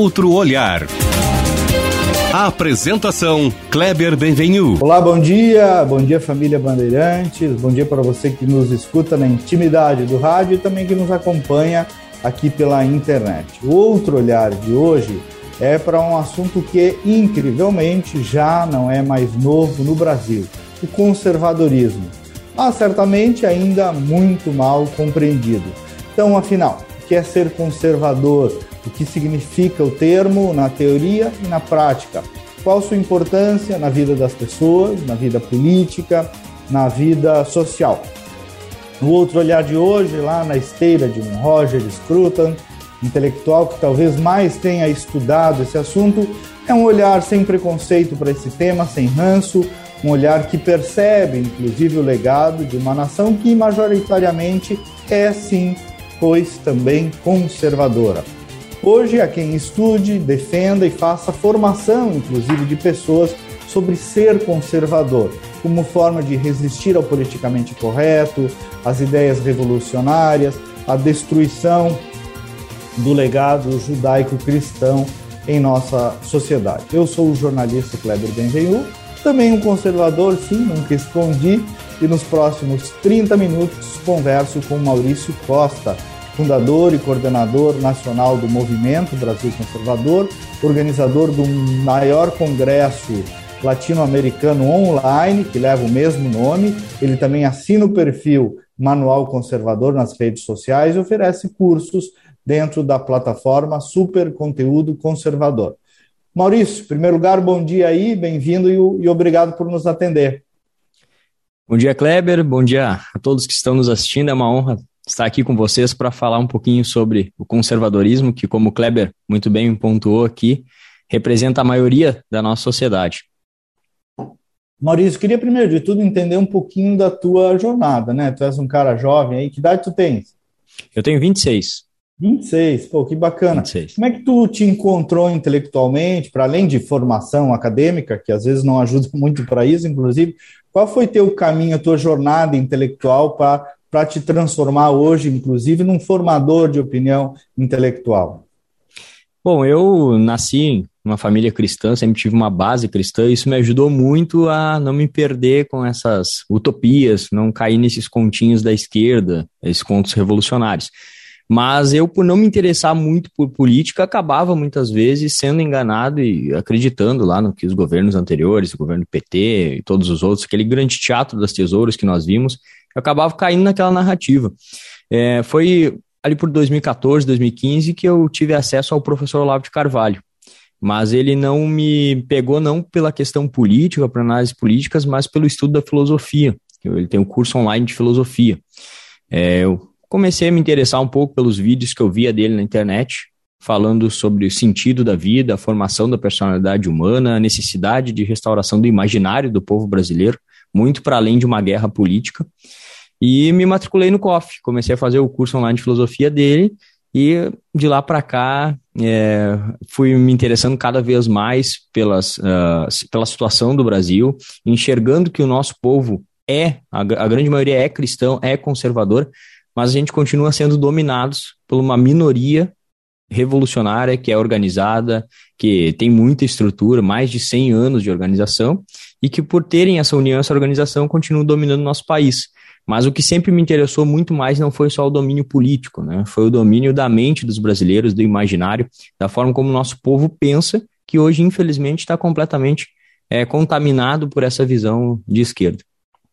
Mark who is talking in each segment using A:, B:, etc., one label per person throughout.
A: Outro Olhar. A apresentação, Kleber Benvenu.
B: Olá, bom dia família Bandeirantes, bom dia para você que nos escuta na intimidade do rádio e também que nos acompanha aqui pela internet. O Outro Olhar de hoje é para um assunto que, incrivelmente, já não é mais novo no Brasil, o conservadorismo, mas certamente ainda muito mal compreendido. Então, afinal, o que é ser conservador? O que significa o termo na teoria e na prática? Qual sua importância na vida das pessoas, na vida política, na vida social? No Outro Olhar de hoje, lá na esteira de um Roger Scruton, intelectual que talvez mais tenha estudado esse assunto, é um olhar sem preconceito para esse tema, sem ranço, um olhar que percebe, inclusive, o legado de uma nação que majoritariamente é, sim, pois também conservadora. Hoje, há quem estude, defenda e faça formação, inclusive, de pessoas sobre ser conservador, como forma de resistir ao politicamente correto, às ideias revolucionárias, à destruição do legado judaico-cristão em nossa sociedade. Eu sou o jornalista Kleber Benvenu, também um conservador, sim, nunca escondi, e nos próximos 30 minutos converso com Maurício Costa, fundador e coordenador nacional do Movimento Brasil Conservador, organizador do maior congresso latino-americano online, que leva o mesmo nome. Ele também assina o perfil Manual Conservador nas redes sociais e oferece cursos dentro da plataforma Super Conteúdo Conservador. Maurício, em primeiro lugar, bom dia aí, bem-vindo e obrigado por nos atender.
C: Bom dia, Kleber, bom dia a todos que estão nos assistindo, é uma honra estar aqui com vocês para falar um pouquinho sobre o conservadorismo, que, como o Kleber muito bem pontuou aqui, representa a maioria da nossa sociedade.
B: Maurício, queria primeiro de tudo entender um pouquinho da tua jornada, né? Tu és um cara jovem aí, que idade tu tens?
C: Eu tenho 26.
B: 26, pô, que bacana.
C: 26.
B: Como é que tu te encontrou intelectualmente, para além de formação acadêmica, que às vezes não ajuda muito para isso, inclusive, qual foi teu caminho, a tua jornada intelectual para te transformar hoje, inclusive, num formador de opinião intelectual?
C: Bom, eu nasci numa família cristã, sempre tive uma base cristã, e isso me ajudou muito a não me perder com essas utopias, não cair nesses continhos da esquerda, esses contos revolucionários. Mas eu, por não me interessar muito por política, acabava muitas vezes sendo enganado e acreditando lá no que os governos anteriores, o governo PT e todos os outros, aquele grande teatro das tesouras que nós vimos, eu acabava caindo naquela narrativa. Foi ali por 2014, 2015 que eu tive acesso ao professor Olavo de Carvalho, mas ele não me pegou não pela questão política, para análises políticas, mas pelo estudo da filosofia. Ele tem um curso online de filosofia. Eu comecei a me interessar um pouco pelos vídeos que eu via dele na internet, falando sobre o sentido da vida, a formação da personalidade humana, a necessidade de restauração do imaginário do povo brasileiro, muito para além de uma guerra política. E me matriculei no COF, comecei a fazer o curso online de filosofia dele e de lá para cá fui me interessando cada vez mais pela situação do Brasil, enxergando que o nosso povo a grande maioria é cristão, é conservador, mas a gente continua sendo dominados por uma minoria revolucionária que é organizada, que tem muita estrutura, mais de 100 anos de organização, e que por terem essa união, essa organização, continuam dominando o nosso país. Mas o que sempre me interessou muito mais não foi só o domínio político, né? Foi o domínio da mente dos brasileiros, do imaginário, da forma como o nosso povo pensa, que hoje, infelizmente, está completamente contaminado por essa visão de esquerda.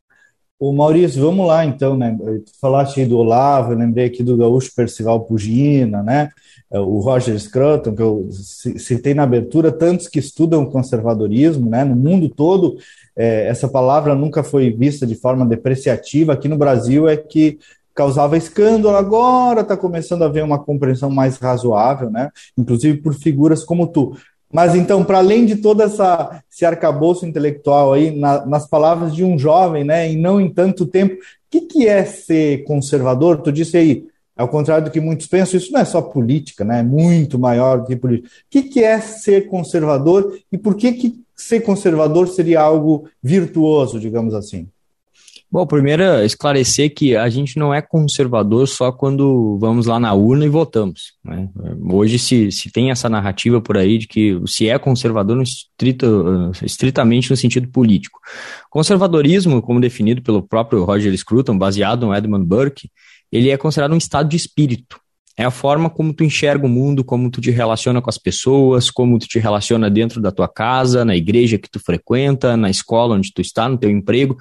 B: Ô Maurício, vamos lá então, né? Tu falaste aí do Olavo, eu lembrei aqui do gaúcho Percival Pugina, né? O Roger Scruton, que eu citei na abertura, tantos que estudam conservadorismo, né? No mundo todo, essa palavra nunca foi vista de forma depreciativa. Aqui no Brasil é que causava escândalo, agora está começando a haver uma compreensão mais razoável, né? Inclusive por figuras como tu. Mas então, para além de todo esse arcabouço intelectual aí, nas palavras de um jovem, né, e não em tanto tempo, o que é ser conservador? Tu disse aí, ao contrário do que muitos pensam, isso não é só política, né, é muito maior do que política. O que é ser conservador e por que ser conservador seria algo virtuoso, digamos assim?
C: Bom, primeiro esclarecer que a gente não é conservador só quando vamos lá na urna e votamos, né? Hoje se tem essa narrativa por aí de que se é conservador estritamente no sentido político. Conservadorismo, como definido pelo próprio Roger Scruton, baseado no Edmund Burke, ele é considerado um estado de espírito. É a forma como tu enxerga o mundo, como tu te relaciona com as pessoas, como tu te relaciona dentro da tua casa, na igreja que tu frequenta, na escola onde tu está, no teu emprego.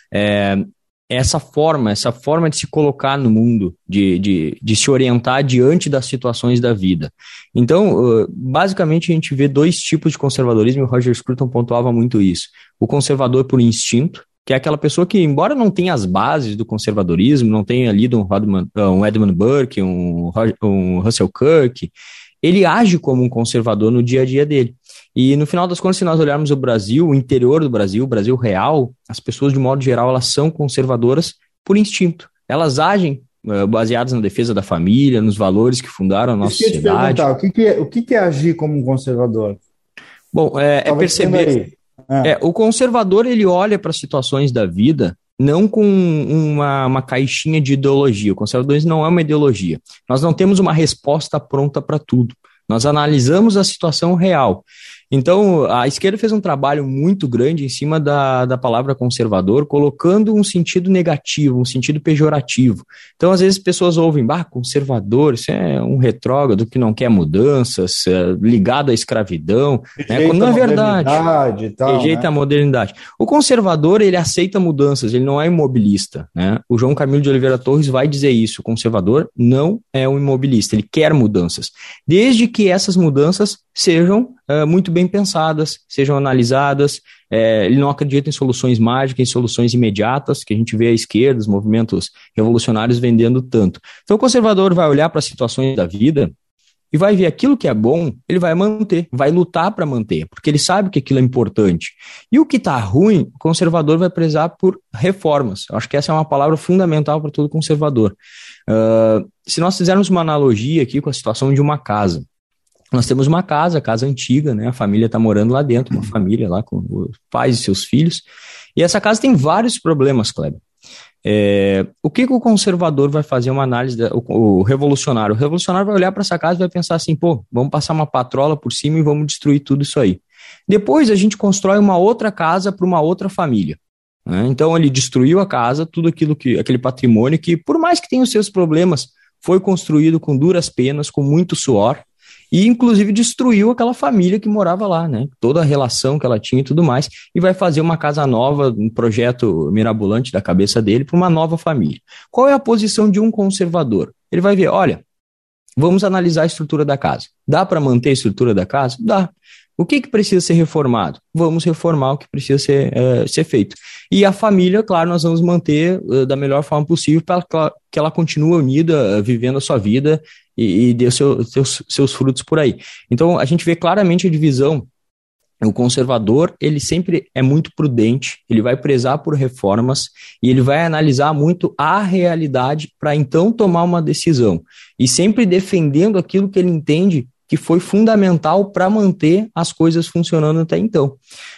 C: Essa forma de se colocar no mundo, de se orientar diante das situações da vida. Então, basicamente, a gente vê dois tipos de conservadorismo, e o Roger Scruton pontuava muito isso. O conservador por instinto, que é aquela pessoa que, embora não tenha as bases do conservadorismo, não tenha lido um Edmund Burke, um Russell Kirk, ele age como um conservador no dia a dia dele. E no final das contas, se nós olharmos o Brasil, o interior do Brasil, o Brasil real, as pessoas, de modo geral, elas são conservadoras por instinto. Elas agem baseadas na defesa da família, nos valores que fundaram a nossa sociedade.
B: O que é agir como um conservador?
C: Bom, é perceber... o conservador, ele olha para as situações da vida não com uma caixinha de ideologia. O conservadorismo não é uma ideologia. Nós não temos uma resposta pronta para tudo. Nós analisamos a situação real. Então, a esquerda fez um trabalho muito grande em cima da palavra conservador, colocando um sentido negativo, um sentido pejorativo. Então, às vezes, pessoas ouvem, conservador, isso é um retrógrado que não quer mudanças, ligado à escravidão, né? Quando não é verdade. Rejeita a modernidade. O conservador, ele aceita mudanças, ele não é imobilista, né? O João Camilo de Oliveira Torres vai dizer isso, o conservador não é um imobilista, ele quer mudanças, desde que essas mudanças sejam muito bem pensadas, sejam analisadas. Ele não acredita em soluções mágicas, em soluções imediatas, que a gente vê à esquerda, os movimentos revolucionários vendendo tanto. Então o conservador vai olhar para as situações da vida e vai ver aquilo que é bom, ele vai manter, vai lutar para manter, porque ele sabe que aquilo é importante. E o que está ruim, o conservador vai prezar por reformas. Eu acho que essa é uma palavra fundamental para todo conservador. Se nós fizermos uma analogia aqui com a situação de uma casa, nós temos uma casa antiga, né? A família está morando lá dentro, uma família lá com os pais e seus filhos, e essa casa tem vários problemas, Kleber. O que o conservador vai fazer uma análise, o revolucionário? O revolucionário vai olhar para essa casa e vai pensar assim, vamos passar uma patrola por cima e vamos destruir tudo isso aí. Depois a gente constrói uma outra casa para uma outra família, né? Então ele destruiu a casa, tudo aquele patrimônio que, por mais que tenha os seus problemas, foi construído com duras penas, com muito suor, e inclusive destruiu aquela família que morava lá, né? Toda a relação que ela tinha e tudo mais, e vai fazer uma casa nova, um projeto mirabolante da cabeça dele para uma nova família. Qual é a posição de um conservador? Ele vai ver, olha, vamos analisar a estrutura da casa. Dá para manter a estrutura da casa? Dá. O que precisa ser reformado? Vamos reformar o que precisa ser feito. E a família, claro, nós vamos manter da melhor forma possível para que ela continue unida, vivendo a sua vida e dê seus frutos por aí. Então, a gente vê claramente a divisão. O conservador, ele sempre é muito prudente, ele vai prezar por reformas e ele vai analisar muito a realidade para então tomar uma decisão. E sempre defendendo aquilo que ele entende que foi fundamental para manter as coisas funcionando até então.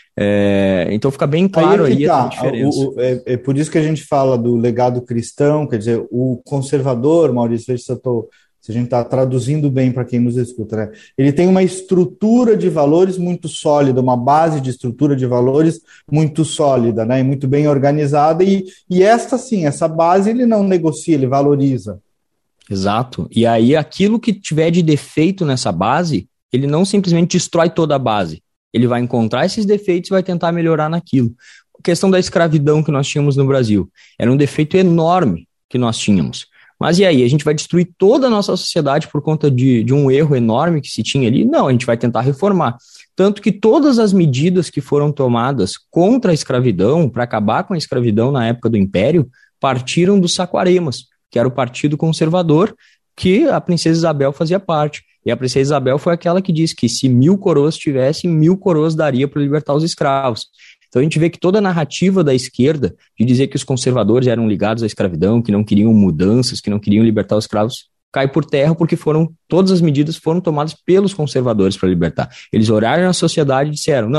C: Então fica bem claro aí a diferença.
B: É por isso que a gente fala do legado cristão, quer dizer, o conservador, Maurício, se a gente está traduzindo bem para quem nos escuta, né? Ele tem uma estrutura de valores muito sólida, uma base de estrutura de valores muito sólida, né? E muito bem organizada, e essa base ele não negocia, ele valoriza.
C: Exato. E aí aquilo que tiver de defeito nessa base, ele não simplesmente destrói toda a base. Ele vai encontrar esses defeitos e vai tentar melhorar naquilo. A questão da escravidão que nós tínhamos no Brasil era um defeito enorme que nós tínhamos. Mas e aí? A gente vai destruir toda a nossa sociedade por conta de um erro enorme que se tinha ali? Não, a gente vai tentar reformar. Tanto que todas as medidas que foram tomadas contra a escravidão, para acabar com a escravidão na época do Império, partiram dos Saquaremas, que era o partido conservador que a princesa Isabel fazia parte. E a princesa Isabel foi aquela que disse que se 1000 coroas tivessem, 1000 coroas daria para libertar os escravos. Então a gente vê que toda a narrativa da esquerda de dizer que os conservadores eram ligados à escravidão, que não queriam mudanças, que não queriam libertar os escravos, cai por terra porque todas as medidas foram tomadas pelos conservadores para libertar. Eles olharam a sociedade e disseram, não,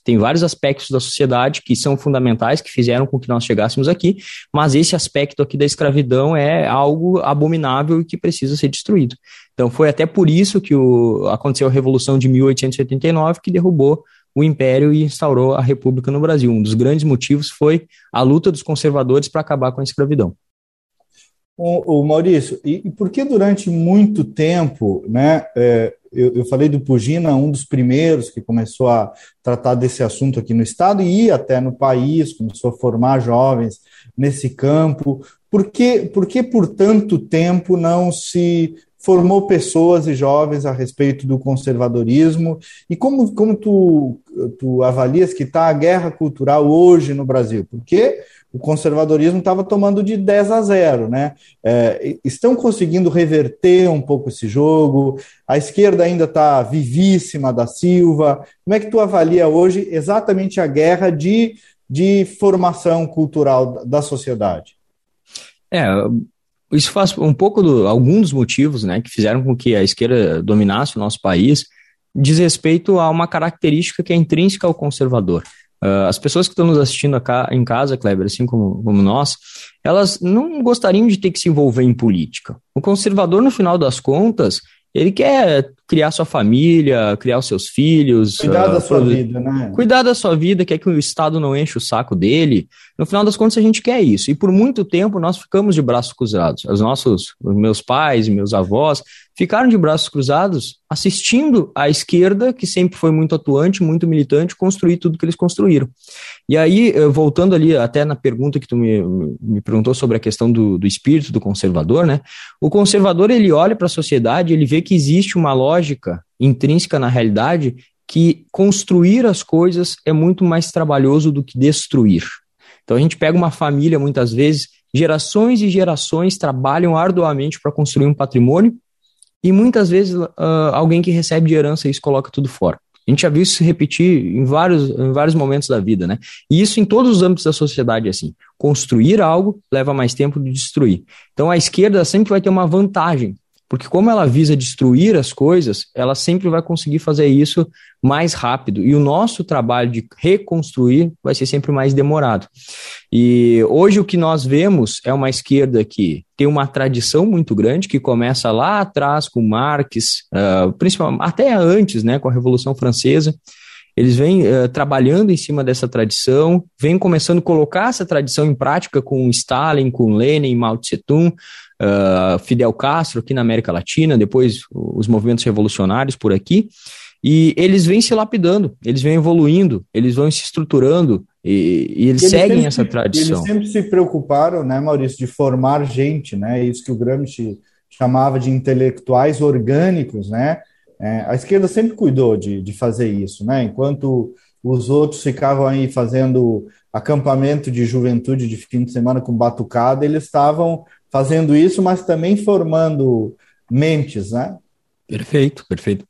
C: Tem vários aspectos da sociedade que são fundamentais, que fizeram com que nós chegássemos aqui, mas esse aspecto aqui da escravidão é algo abominável e que precisa ser destruído. Então foi até por isso que aconteceu a Revolução de 1889, que derrubou o Império e instaurou a República no Brasil. Um dos grandes motivos foi a luta dos conservadores para acabar com a escravidão.
B: O Maurício, e por que durante muito tempo, né, eu falei do Pugina, um dos primeiros que começou a tratar desse assunto aqui no estado e até no país, começou a formar jovens nesse campo. Por que por tanto tempo não se formou pessoas e jovens a respeito do conservadorismo? E como tu avalias que está a guerra cultural hoje no Brasil? Porque o conservadorismo estava tomando de 10-0, né? Estão conseguindo reverter um pouco esse jogo? A esquerda ainda está vivíssima da Silva. Como é que tu avalia hoje exatamente a guerra de formação cultural da sociedade?
C: Isso faz um pouco alguns dos motivos, né, que fizeram com que a esquerda dominasse o nosso país, diz respeito a uma característica que é intrínseca ao conservador. As pessoas que estão nos assistindo em casa, Kleber, assim como nós, elas não gostariam de ter que se envolver em política. O conservador, no final das contas, ele quer criar sua família, criar os seus filhos.
B: Cuidar da sua vida, né?
C: Cuidar da sua vida, quer que o Estado não enche o saco dele. No final das contas, a gente quer isso. E por muito tempo, nós ficamos de braços cruzados. Os meus pais e meus avós ficaram de braços cruzados assistindo a esquerda, que sempre foi muito atuante, muito militante, construir tudo que eles construíram. E aí, voltando ali até na pergunta que tu me perguntou sobre a questão do espírito do conservador, né? O conservador, ele olha para a sociedade, ele vê que existe uma lógica intrínseca na realidade que construir as coisas é muito mais trabalhoso do que destruir. Então a gente pega uma família, muitas vezes, gerações e gerações trabalham arduamente para construir um patrimônio e muitas vezes alguém que recebe de herança isso coloca tudo fora. A gente já viu isso se repetir em vários momentos da vida, né? E isso em todos os âmbitos da sociedade é assim. Construir algo leva mais tempo de destruir. Então a esquerda sempre vai ter uma vantagem, porque como ela visa destruir as coisas, ela sempre vai conseguir fazer isso mais rápido. E o nosso trabalho de reconstruir vai ser sempre mais demorado. E hoje o que nós vemos é uma esquerda que tem uma tradição muito grande, que começa lá atrás com Marx, principalmente até antes, né, com a Revolução Francesa. Eles vêm trabalhando em cima dessa tradição, vêm começando a colocar essa tradição em prática com Stalin, com Lenin, Mao Tse-tung, Fidel Castro aqui na América Latina, depois os movimentos revolucionários por aqui, e eles vêm se lapidando, eles vêm evoluindo, eles vão se estruturando e eles seguem essa tradição.
B: Eles sempre se preocuparam, né, Maurício, de formar gente, né, isso que o Gramsci chamava de intelectuais orgânicos, né. A esquerda sempre cuidou de fazer isso, né, enquanto os outros ficavam aí fazendo acampamento de juventude de fim de semana com batucada, eles estavam fazendo isso, mas também formando mentes, né?
C: Perfeito.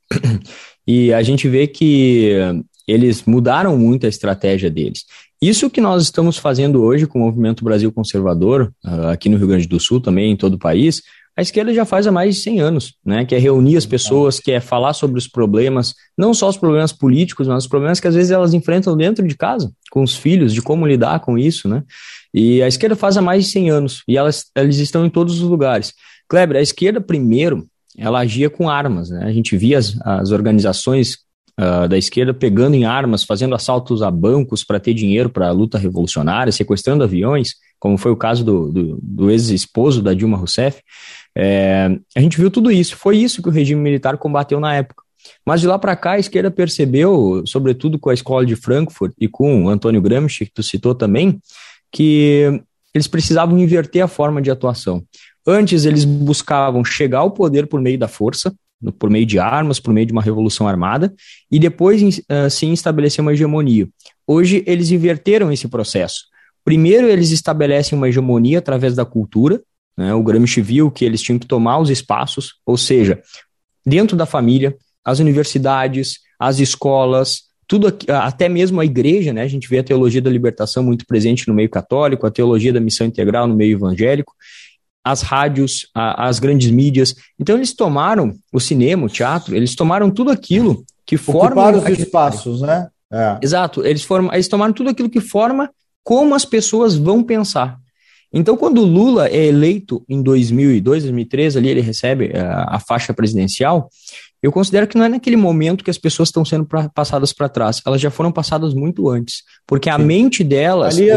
C: E a gente vê que eles mudaram muito a estratégia deles. Isso que nós estamos fazendo hoje com o Movimento Brasil Conservador, aqui no Rio Grande do Sul, também em todo o país, a esquerda já faz há mais de 100 anos, né? Que é reunir as pessoas, que é falar sobre os problemas, não só os problemas políticos, mas os problemas que às vezes elas enfrentam dentro de casa, com os filhos, de como lidar com isso, né? E a esquerda faz há mais de 100 anos, e eles estão em todos os lugares. Kleber, a esquerda, primeiro, ela agia com armas, né? A gente via as organizações da esquerda pegando em armas, fazendo assaltos a bancos para ter dinheiro para a luta revolucionária, sequestrando aviões, como foi o caso do ex-esposo da Dilma Rousseff. A gente viu tudo isso, foi isso que o regime militar combateu na época. Mas de lá para cá a esquerda percebeu, sobretudo com a escola de Frankfurt e com o Antônio Gramsci, que tu citou também, que eles precisavam inverter a forma de atuação. Antes eles buscavam chegar ao poder por meio da força, por meio de armas, por meio de uma revolução armada, e depois sim estabelecer uma hegemonia. Hoje eles inverteram esse processo. Primeiro eles estabelecem uma hegemonia através da cultura, né? O Gramsci viu que eles tinham que tomar os espaços, ou seja, dentro da família, as universidades, as escolas, tudo aqui, até mesmo a igreja, né? A gente vê a teologia da libertação muito presente no meio católico, a teologia da missão integral no meio evangélico, as rádios, as grandes mídias. Então eles tomaram o cinema, o teatro, eles tomaram tudo aquilo que forma...
B: Ocuparam os espaços, né?
C: Exato, eles tomaram tudo aquilo que forma como as pessoas vão pensar. Então, quando o Lula é eleito em 2002, 2003, ali ele recebe a faixa presidencial, eu considero que não é naquele momento que as pessoas estão sendo passadas para trás, elas já foram passadas muito antes, porque a mente delas
B: ali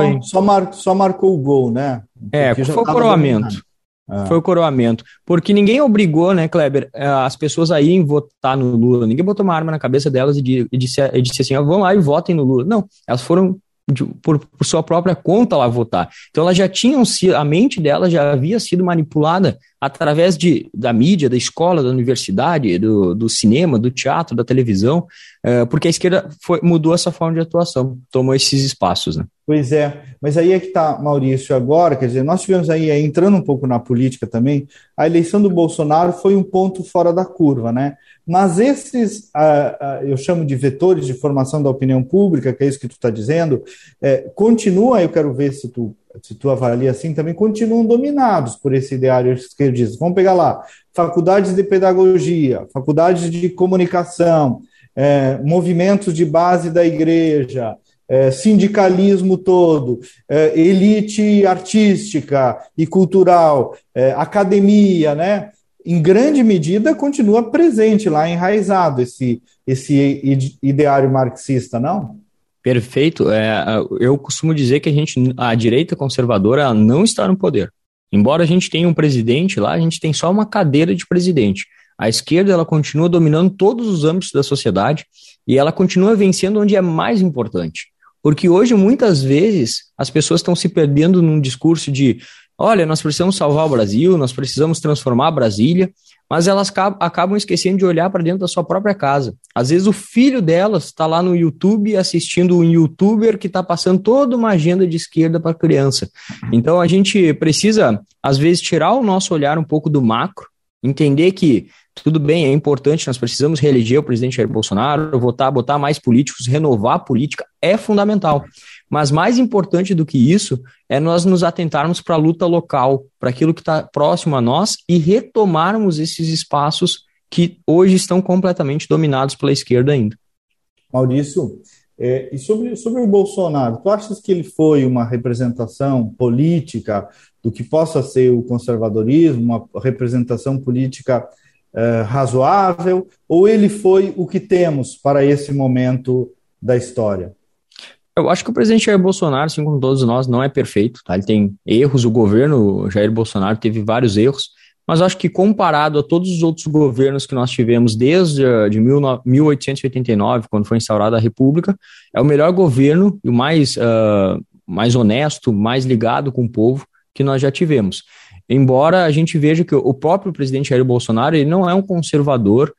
B: só marcou o gol, né?
C: Foi o coroamento. Foi o coroamento. Porque ninguém obrigou, né, Kleber, as pessoas a irem votar no Lula. Ninguém botou uma arma na cabeça delas e disse assim, vão lá e votem no Lula. Não, elas foram por sua própria conta lá votar. Então elas já tinham sido, a mente delas já havia sido manipulada através da mídia, da escola, da universidade, do cinema, do teatro, da televisão, porque a esquerda mudou essa forma de atuação, tomou esses espaços, né?
B: Pois é, mas aí é que está, Maurício, agora, quer dizer, nós tivemos aí, entrando um pouco na política também, a eleição do Bolsonaro foi um ponto fora da curva, né? Mas esses, eu chamo de vetores de formação da opinião pública, que é isso que tu está dizendo, continua, eu quero ver se tu avalia assim, também continuam dominados por esse ideário esquerdista. Vamos pegar lá, faculdades de pedagogia, faculdades de comunicação, movimentos de base da igreja, sindicalismo todo, elite artística e cultural, academia, né? Em grande medida continua presente lá, enraizado esse ideário marxista, não?
C: Perfeito. Eu costumo dizer que a direita conservadora não está no poder. Embora a gente tenha um presidente lá, a gente tem só uma cadeira de presidente. A esquerda ela continua dominando todos os âmbitos da sociedade e ela continua vencendo onde é mais importante. Porque hoje, muitas vezes, as pessoas estão se perdendo num discurso de olha, nós precisamos salvar o Brasil, nós precisamos transformar Brasília, mas elas acabam esquecendo de olhar para dentro da sua própria casa. Às vezes o filho delas está lá no YouTube assistindo um youtuber que está passando toda uma agenda de esquerda para a criança. Então a gente precisa, às vezes, tirar o nosso olhar um pouco do macro, entender que tudo bem, é importante, nós precisamos reeleger o presidente Jair Bolsonaro, botar mais políticos, renovar a política, é fundamental. Mas mais importante do que isso é nós nos atentarmos para a luta local, para aquilo que está próximo a nós e retomarmos esses espaços que hoje estão completamente dominados pela esquerda ainda.
B: Maurício, e sobre o Bolsonaro, tu achas que ele foi uma representação política do que possa ser o conservadorismo, uma representação política razoável, ou ele foi o que temos para esse momento da história?
C: Eu acho que o presidente Jair Bolsonaro, assim como todos nós, não é perfeito, tá? Ele tem erros, o governo Jair Bolsonaro teve vários erros, mas acho que comparado a todos os outros governos que nós tivemos desde 1889, quando foi instaurada a República, é o melhor governo e o mais honesto, mais ligado com o povo que nós já tivemos. Embora a gente veja que o próprio presidente Jair Bolsonaro ele não é um conservador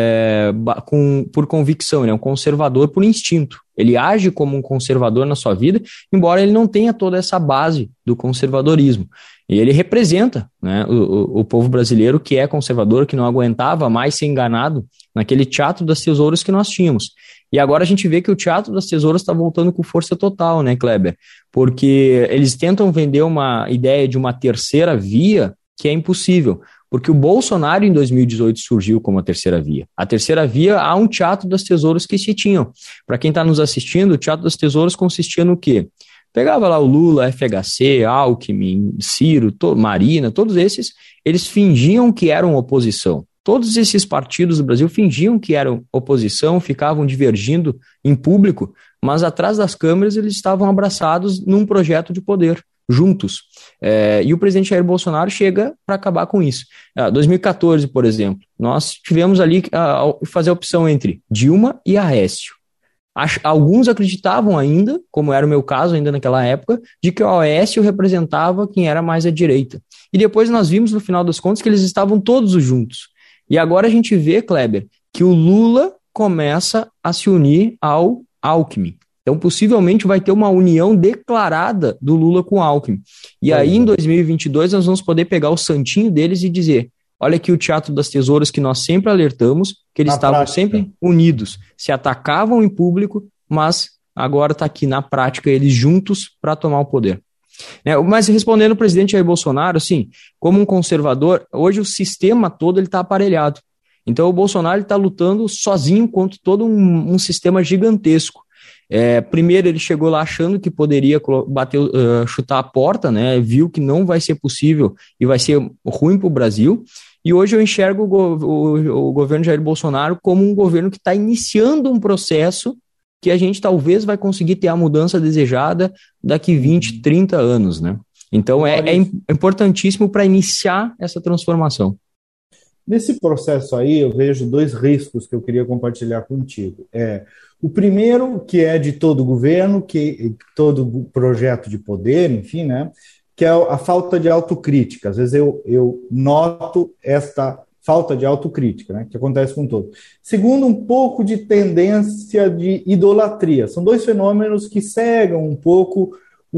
C: por convicção, ele é um conservador por instinto. Ele age como um conservador na sua vida, embora ele não tenha toda essa base do conservadorismo. E ele representa, né, o povo brasileiro que é conservador, que não aguentava mais ser enganado naquele teatro das tesouras que nós tínhamos. E agora a gente vê que o teatro das tesouras está voltando com força total, né, Kleber? Porque eles tentam vender uma ideia de uma terceira via que é impossível. Porque o Bolsonaro, em 2018, surgiu como a terceira via. A terceira via, há um teatro das tesouras que se tinham. Para quem está nos assistindo, o teatro das tesouras consistia no quê? Pegava lá o Lula, FHC, Alckmin, Ciro, Marina, todos esses, eles fingiam que eram oposição. Todos esses partidos do Brasil fingiam que eram oposição, ficavam divergindo em público, mas atrás das câmeras eles estavam abraçados num projeto de poder, juntos. E o presidente Jair Bolsonaro chega para acabar com isso. 2014, por exemplo, nós tivemos ali fazer a opção entre Dilma e Aécio. Alguns acreditavam ainda, como era o meu caso ainda naquela época, de que o Aécio representava quem era mais à direita. E depois nós vimos, no final das contas, que eles estavam todos juntos. E agora a gente vê, Kleber, que o Lula começa a se unir ao Alckmin. Então, possivelmente, vai ter uma união declarada do Lula com o Alckmin. E aí, em 2022, nós vamos poder pegar o santinho deles e dizer, olha aqui o teatro das tesouras que nós sempre alertamos, que eles estavam sempre unidos, se atacavam em público, mas agora está aqui na prática eles juntos para tomar o poder. Mas respondendo ao presidente Jair Bolsonaro, assim, como um conservador, hoje o sistema todo está aparelhado. Então o Bolsonaro está lutando sozinho contra todo um sistema gigantesco. Primeiro ele chegou lá achando que poderia chutar a porta, né? Viu que não vai ser possível e vai ser ruim para o Brasil. E hoje eu enxergo o governo Jair Bolsonaro como um governo que está iniciando um processo que a gente talvez vai conseguir ter a mudança desejada daqui 20, 30 anos, né? Então é importantíssimo para iniciar essa transformação.
B: Nesse processo aí, eu vejo 2 riscos que eu queria compartilhar contigo. O primeiro, que é de todo governo, todo projeto de poder, enfim, né? Que é a falta de autocrítica. Às vezes eu noto esta falta de autocrítica, né, que acontece com todos. Segundo, um pouco de tendência de idolatria. São 2 fenômenos que cegam um pouco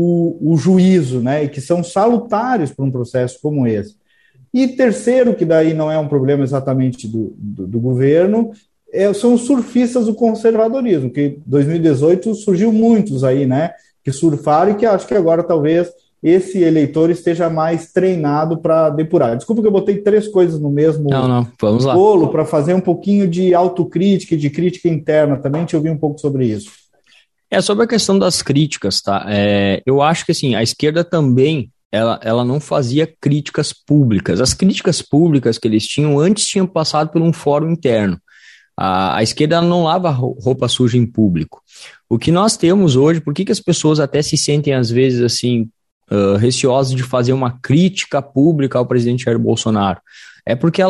B: o juízo, né, e que são salutares para um processo como esse. E terceiro, que daí não é um problema exatamente do governo, são os surfistas do conservadorismo, que em 2018 surgiu muitos aí, né, que surfaram e que acho que agora talvez esse eleitor esteja mais treinado para depurar. Desculpa que eu botei 3 coisas no mesmo
C: Vamos lá.
B: bolo para fazer um pouquinho de autocrítica e de crítica interna também, te ouvir um pouco sobre isso.
C: Sobre a questão das críticas, tá? Eu acho que assim, a esquerda também, ela não fazia críticas públicas. As críticas públicas que eles tinham antes tinham passado por um fórum interno. A esquerda não lava roupa suja em público. O que nós temos hoje, por que as pessoas até se sentem às vezes assim, receosos de fazer uma crítica pública ao presidente Jair Bolsonaro? É porque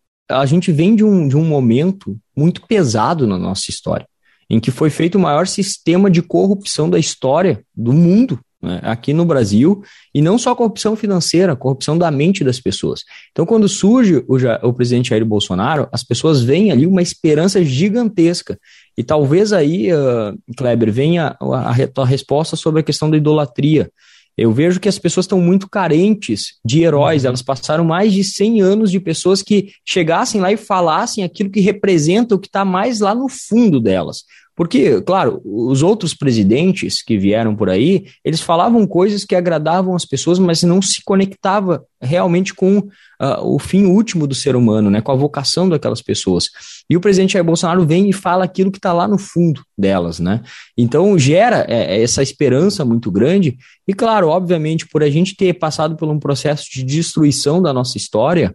C: a gente vem de um momento muito pesado na nossa história, em que foi feito o maior sistema de corrupção da história do mundo, né, aqui no Brasil, e não só corrupção financeira, corrupção da mente das pessoas. Então, quando surge o presidente Jair Bolsonaro, as pessoas veem ali uma esperança gigantesca, e talvez aí, Kleber, venha a resposta sobre a questão da idolatria. Eu vejo que as pessoas estão muito carentes de heróis. Elas passaram mais de 100 anos de pessoas que chegassem lá e falassem aquilo que representa o que está mais lá no fundo delas. Porque, claro, os outros presidentes que vieram por aí, eles falavam coisas que agradavam as pessoas, mas não se conectava realmente com o fim último do ser humano, né, com a vocação daquelas pessoas. E o presidente Jair Bolsonaro vem e fala aquilo que está lá no fundo delas, né? Então gera essa esperança muito grande. E, claro, obviamente, por a gente ter passado por um processo de destruição da nossa história,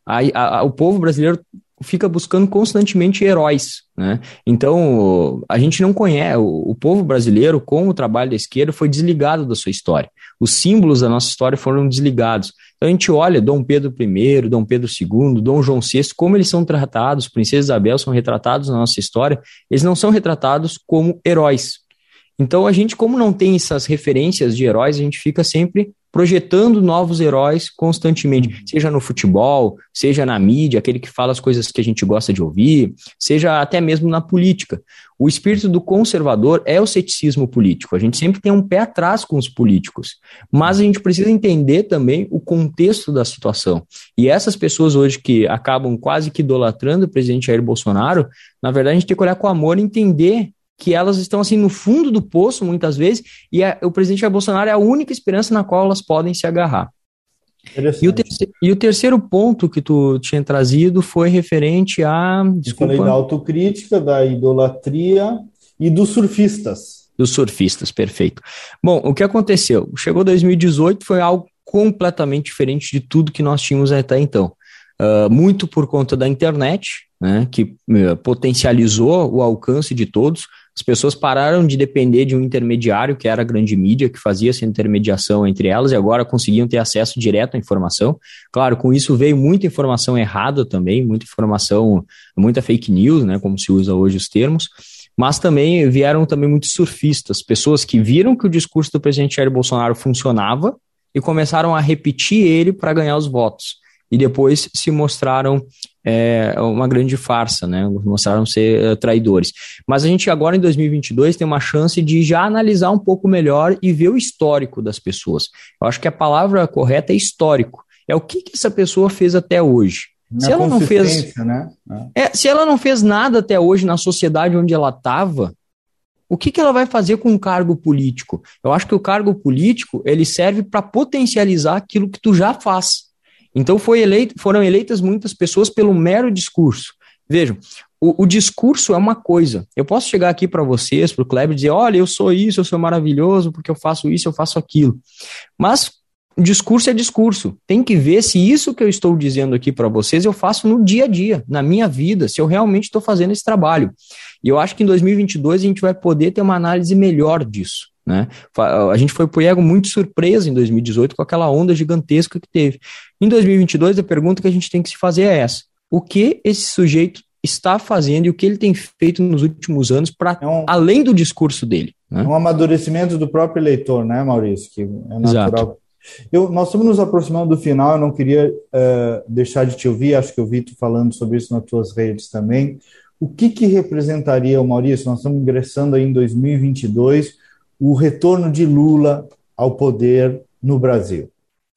C: o povo brasileiro fica buscando constantemente heróis, né? Então, a gente não conhece, o povo brasileiro, com o trabalho da esquerda, foi desligado da sua história. Os símbolos da nossa história foram desligados. Então, a gente olha Dom Pedro I, Dom Pedro II, Dom João VI, como eles são tratados, Princesa Isabel são retratados na nossa história, eles não são retratados como heróis. Então, a gente, como não tem essas referências de heróis, a gente fica sempre projetando novos heróis constantemente, seja no futebol, seja na mídia, aquele que fala as coisas que a gente gosta de ouvir, seja até mesmo na política. O espírito do conservador é o ceticismo político. A gente sempre tem um pé atrás com os políticos, mas a gente precisa entender também o contexto da situação. E essas pessoas hoje que acabam quase que idolatrando o presidente Jair Bolsonaro, na verdade a gente tem que olhar com amor e entender que elas estão assim no fundo do poço muitas vezes, e o presidente Jair Bolsonaro é a única esperança na qual elas podem se agarrar. E o terceiro ponto que tu tinha trazido foi referente a...
B: Desculpa. Eu falei da autocrítica, da idolatria e dos surfistas.
C: Dos surfistas, perfeito. Bom, o que aconteceu? Chegou 2018, foi algo completamente diferente de tudo que nós tínhamos até então. Muito por conta da internet, né, que potencializou o alcance de todos. As pessoas pararam de depender de um intermediário, que era a grande mídia, que fazia essa intermediação entre elas, e agora conseguiam ter acesso direto à informação. Claro, com isso veio muita informação errada também, muita fake news, né, como se usa hoje os termos, mas também vieram também muitos surfistas, pessoas que viram que o discurso do presidente Jair Bolsonaro funcionava e começaram a repetir ele para ganhar os votos. E depois se mostraram uma grande farsa, né? Mostraram ser traidores. Mas a gente agora, em 2022, tem uma chance de já analisar um pouco melhor e ver o histórico das pessoas. Eu acho que a palavra correta é histórico. É o que essa pessoa fez até hoje. Se ela não fez, né? Se ela não fez nada até hoje na sociedade onde ela estava, o que ela vai fazer com um cargo político? Eu acho que o cargo político ele serve para potencializar aquilo que tu já faz. Então foram eleitas muitas pessoas pelo mero discurso. Vejam, o discurso é uma coisa. Eu posso chegar aqui para vocês, para o Kleber, e dizer, olha, eu sou isso, eu sou maravilhoso, porque eu faço isso, eu faço aquilo. Mas discurso é discurso. Tem que ver se isso que eu estou dizendo aqui para vocês eu faço no dia a dia, na minha vida, se eu realmente estou fazendo esse trabalho. E eu acho que em 2022 a gente vai poder ter uma análise melhor disso, né? A gente foi pego muito surpresa em 2018 com aquela onda gigantesca que teve. Em 2022, a pergunta que a gente tem que se fazer é essa: o que esse sujeito está fazendo e o que ele tem feito nos últimos anos para além do discurso dele, né?
B: Um amadurecimento do próprio eleitor, né, Maurício? Que é natural. Exato. Nós estamos nos aproximando do final, eu não queria deixar de te ouvir, acho que eu vi tu falando sobre isso nas tuas redes também. O que representaria, Maurício, nós estamos ingressando aí em 2022, o retorno de Lula ao poder no Brasil?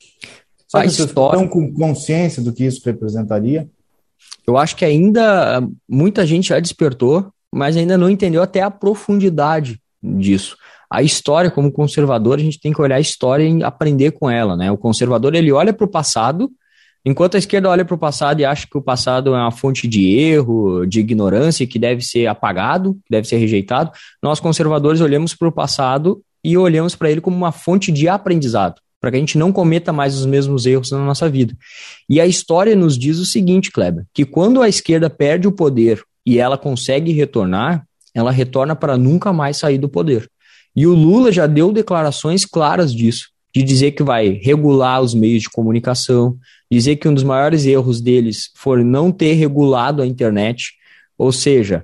B: Sabe, vocês estão com consciência do que isso representaria?
C: Eu acho que ainda muita gente já despertou, mas ainda não entendeu até a profundidade disso. A história, como conservador, a gente tem que olhar a história e aprender com ela, né? O conservador, ele olha para o passado, enquanto a esquerda olha para o passado e acha que o passado é uma fonte de erro, de ignorância, que deve ser apagado, que deve ser rejeitado. Nós, conservadores, olhamos para o passado e olhamos para ele como uma fonte de aprendizado, para que a gente não cometa mais os mesmos erros na nossa vida. E a história nos diz o seguinte, Kleber, que quando a esquerda perde o poder e ela consegue retornar, ela retorna para nunca mais sair do poder. E o Lula já deu declarações claras disso, de dizer que vai regular os meios de comunicação, dizer que um dos maiores erros deles foi não ter regulado a internet, ou seja,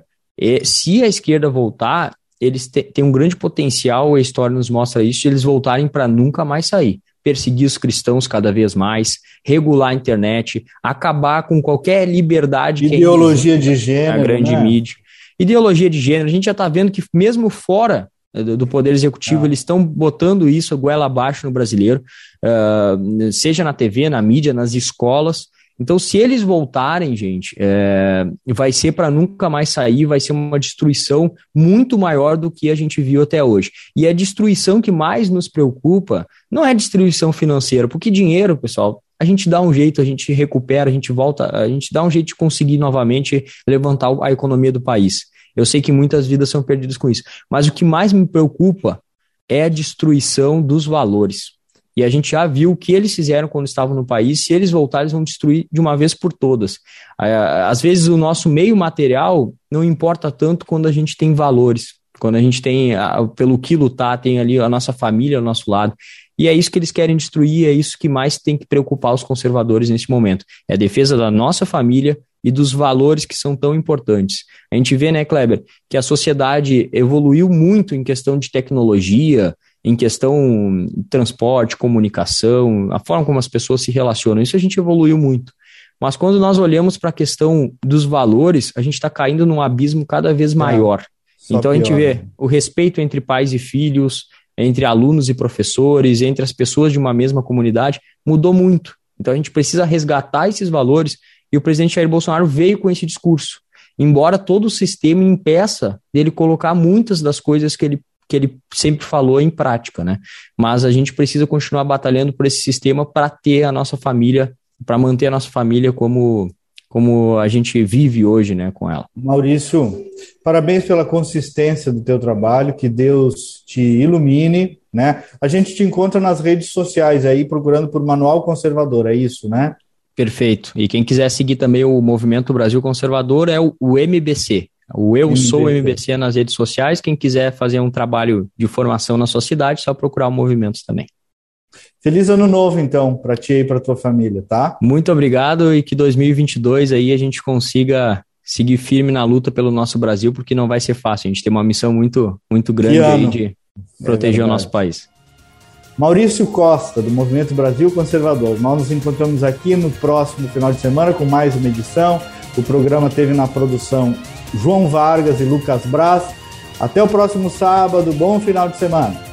C: se a esquerda voltar, eles têm um grande potencial, a história nos mostra isso, de eles voltarem para nunca mais sair. Perseguir os cristãos cada vez mais, regular a internet, acabar com qualquer liberdade.
B: Ideologia de gênero,
C: a grande mídia. Ideologia de gênero, a gente já está vendo que mesmo fora do Poder Executivo, eles estão botando isso a goela abaixo no brasileiro, seja na TV, na mídia, nas escolas. Então, se eles voltarem, gente, vai ser para nunca mais sair, vai ser uma destruição muito maior do que a gente viu até hoje. E a destruição que mais nos preocupa não é destruição financeira, porque dinheiro, pessoal, a gente dá um jeito, a gente recupera, a gente volta, a gente dá um jeito de conseguir novamente levantar a economia do país. Eu sei que muitas vidas são perdidas com isso, mas o que mais me preocupa é a destruição dos valores. E a gente já viu o que eles fizeram quando estavam no país. Se eles voltarem, eles vão destruir de uma vez por todas. Às vezes o nosso meio material não importa tanto quando a gente tem valores, quando a gente tem pelo que lutar, tem ali a nossa família ao nosso lado. E é isso que eles querem destruir, é isso que mais tem que preocupar os conservadores nesse momento. É a defesa da nossa família e dos valores que são tão importantes. A gente vê, né, Kleber, que a sociedade evoluiu muito em questão de tecnologia, em questão de transporte, comunicação, a forma como as pessoas se relacionam, isso a gente evoluiu muito. Mas quando nós olhamos para a questão dos valores, a gente está caindo num abismo cada vez maior. Então a gente vê o respeito entre pais e filhos, entre alunos e professores, entre as pessoas de uma mesma comunidade, mudou muito. Então a gente precisa resgatar esses valores e o presidente Jair Bolsonaro veio com esse discurso. Embora todo o sistema impeça dele colocar muitas das coisas que ele sempre falou em prática, né? Mas a gente precisa continuar batalhando por esse sistema para ter a nossa família, para manter a nossa família como a gente vive hoje, né, com ela.
B: Maurício, parabéns pela consistência do teu trabalho, que Deus te ilumine, né? A gente te encontra nas redes sociais aí, procurando por Manual Conservador, é isso, né?
C: Perfeito. E quem quiser seguir também o Movimento Brasil Conservador é o MBC. O Eu Sou MBC nas redes sociais. Quem quiser fazer um trabalho de formação na sua cidade, só procurar o Movimentos também.
B: Feliz ano novo, então, para ti e para tua família, tá?
C: Muito obrigado e que 2022 aí a gente consiga seguir firme na luta pelo nosso Brasil, porque não vai ser fácil. A gente tem uma missão muito, muito grande aí de proteger o nosso país.
B: Maurício Costa, do Movimento Brasil Conservador. Nós nos encontramos aqui no próximo final de semana com mais uma edição. O programa teve na produção João Vargas e Lucas Braz. Até o próximo sábado. Bom final de semana.